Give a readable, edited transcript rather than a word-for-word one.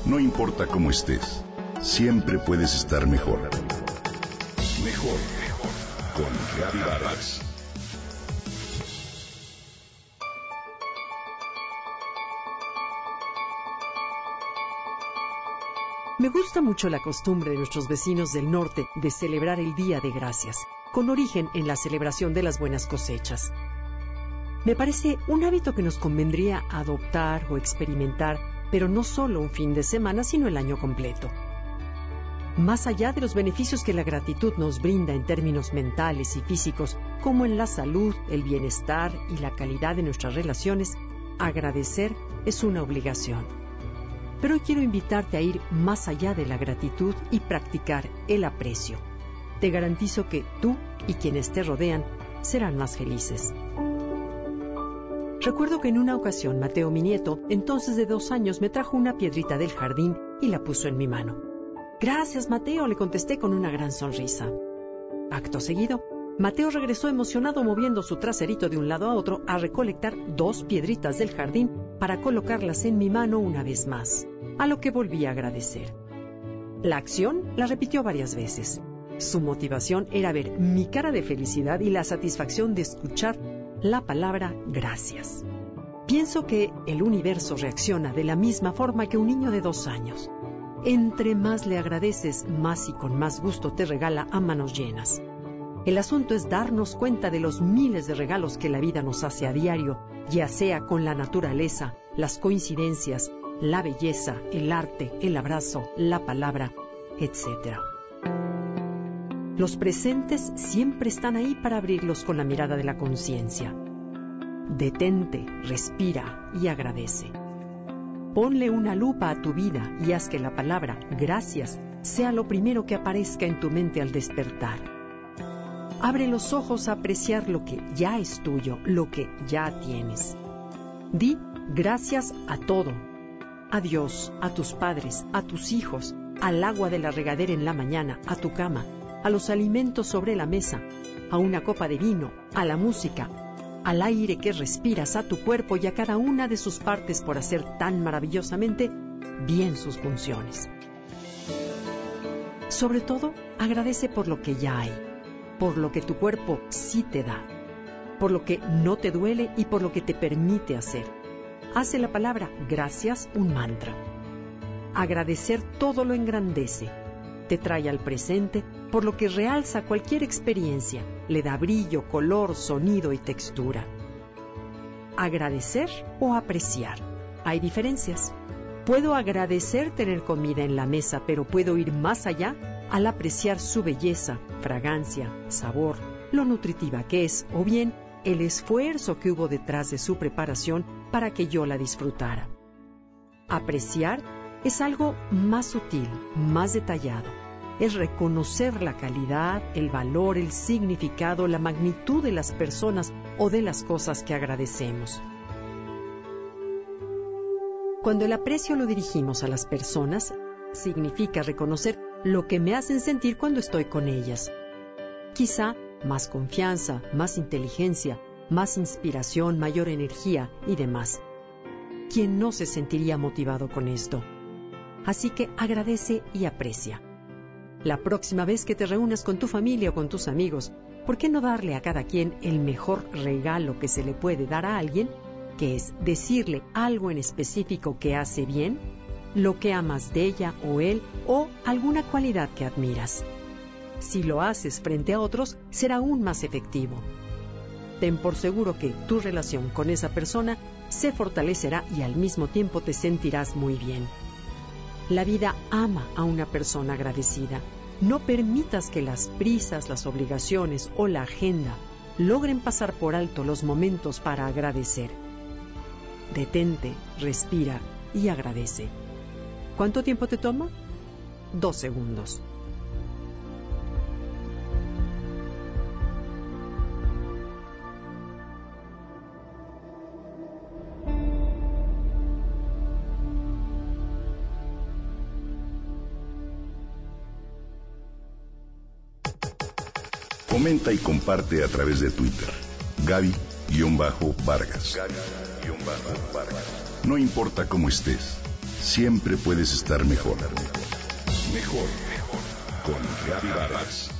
No importa cómo estés, siempre puedes estar mejor. Mejor, mejor. Con Gaby Vargas. Me gusta mucho la costumbre de nuestros vecinos del norte de celebrar el Día de Gracias, con origen en la celebración de las buenas cosechas. Me parece un hábito que nos convendría adoptar o experimentar, pero no solo un fin de semana, sino el año completo. Más allá de los beneficios que la gratitud nos brinda en términos mentales y físicos, como en la salud, el bienestar y la calidad de nuestras relaciones, agradecer es una obligación. Pero hoy quiero invitarte a ir más allá de la gratitud y practicar el aprecio. Te garantizo que tú y quienes te rodean serán más felices. Recuerdo que en una ocasión Mateo, mi nieto, entonces de 2 años, me trajo una piedrita del jardín y la puso en mi mano. «Gracias, Mateo», le contesté con una gran sonrisa. Acto seguido, Mateo regresó emocionado moviendo su traserito de un lado a otro a recolectar 2 piedritas del jardín para colocarlas en mi mano una vez más, a lo que volví a agradecer. La acción la repitió varias veces. Su motivación era ver mi cara de felicidad y la satisfacción de escuchar la palabra gracias. Pienso que el universo reacciona de la misma forma que un niño de 2 años. Entre más le agradeces, más y con más gusto te regala a manos llenas. El asunto es darnos cuenta de los miles de regalos que la vida nos hace a diario, ya sea con la naturaleza, las coincidencias, la belleza, el arte, el abrazo, la palabra, etc. Los presentes siempre están ahí para abrirlos con la mirada de la conciencia. Detente, respira y agradece. Ponle una lupa a tu vida y haz que la palabra gracias sea lo primero que aparezca en tu mente al despertar. Abre los ojos a apreciar lo que ya es tuyo, lo que ya tienes. Di gracias a todo. A Dios, a tus padres, a tus hijos, al agua de la regadera en la mañana, a tu cama, a los alimentos sobre la mesa, a una copa de vino, a la música, al aire que respiras, a tu cuerpo y a cada una de sus partes por hacer tan maravillosamente bien sus funciones. Sobre todo, agradece por lo que ya hay, por lo que tu cuerpo sí te da, por lo que no te duele y por lo que te permite hacer. Hace la palabra gracias un mantra. Agradecer todo lo engrandece, te trae al presente, por lo que realza cualquier experiencia, le da brillo, color, sonido y textura. Agradecer o apreciar. Hay diferencias. Puedo agradecer tener comida en la mesa, pero puedo ir más allá al apreciar su belleza, fragancia, sabor, lo nutritiva que es, o bien el esfuerzo que hubo detrás de su preparación para que yo la disfrutara. Apreciar es algo más sutil, más detallado. Es reconocer la calidad, el valor, el significado, la magnitud de las personas o de las cosas que agradecemos. Cuando el aprecio lo dirigimos a las personas, significa reconocer lo que me hacen sentir cuando estoy con ellas. Quizá más confianza, más inteligencia, más inspiración, mayor energía y demás. ¿Quién no se sentiría motivado con esto? Así que agradece y aprecia. La próxima vez que te reúnas con tu familia o con tus amigos, ¿por qué no darle a cada quien el mejor regalo que se le puede dar a alguien, que es decirle algo en específico que hace bien, lo que amas de ella o él o alguna cualidad que admiras? Si lo haces frente a otros, será aún más efectivo. Ten por seguro que tu relación con esa persona se fortalecerá y al mismo tiempo te sentirás muy bien. La vida ama a una persona agradecida. No permitas que las prisas, las obligaciones o la agenda logren pasar por alto los momentos para agradecer. Detente, respira y agradece. ¿Cuánto tiempo te toma? 2 segundos. Comenta y comparte a través de Twitter. Gaby-Vargas. No importa cómo estés, Siempre puedes estar mejor. Mejor, mejor. Con Gaby Vargas.